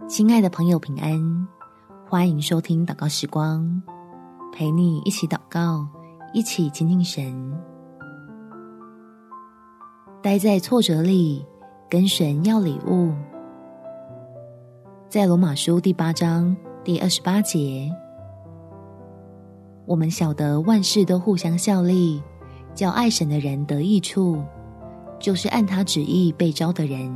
亲爱的朋友平安，欢迎收听祷告时光，陪你一起祷告，一起亲近神。待在挫折里，跟神要礼物。在罗马书第8章第28节，我们晓得万事都互相效力，叫爱神的人得益处，就是按他旨意被召的人。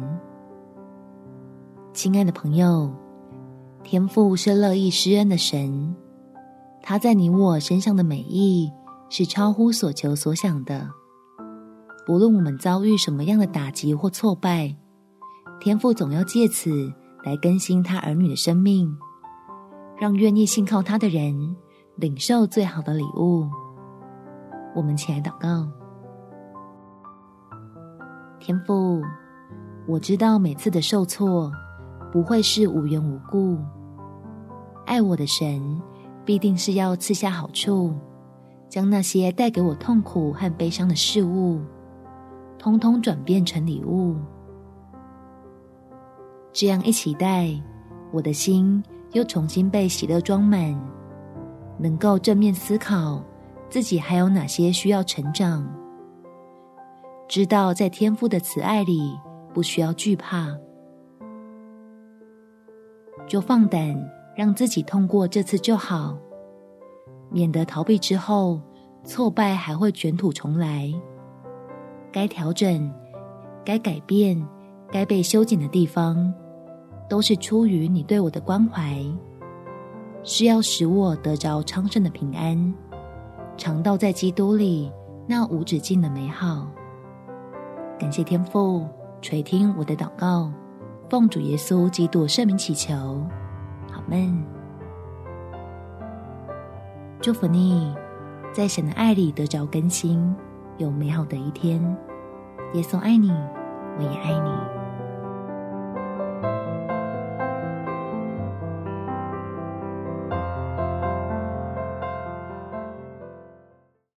亲爱的朋友，天父是乐意施恩的神，他在你我身上的美意是超乎所求所想的。不论我们遭遇什么样的打击或挫败，天父总要借此来更新他儿女的生命，让愿意信靠他的人领受最好的礼物。我们起来祷告。天父，我知道每次的受挫不会是无缘无故，爱我的神必定是要赐下好处，将那些带给我痛苦和悲伤的事物通通转变成礼物。这样一期待，我的心又重新被喜乐装满，能够正面思考自己还有哪些需要成长，知道在天父的慈爱里不需要惧怕，就放胆让自己通过这次就好，免得逃避之后挫败还会卷土重来。该调整、该改变、该被修剪的地方，都是出于你对我的关怀，是要使我得着昌盛的平安，尝到在基督里那无止境的美好。感谢天父垂听我的祷告，奉主耶稣基督圣名祈求，阿们。祝福你在神的爱里得着更新，有美好的一天。耶稣爱你，我也爱你。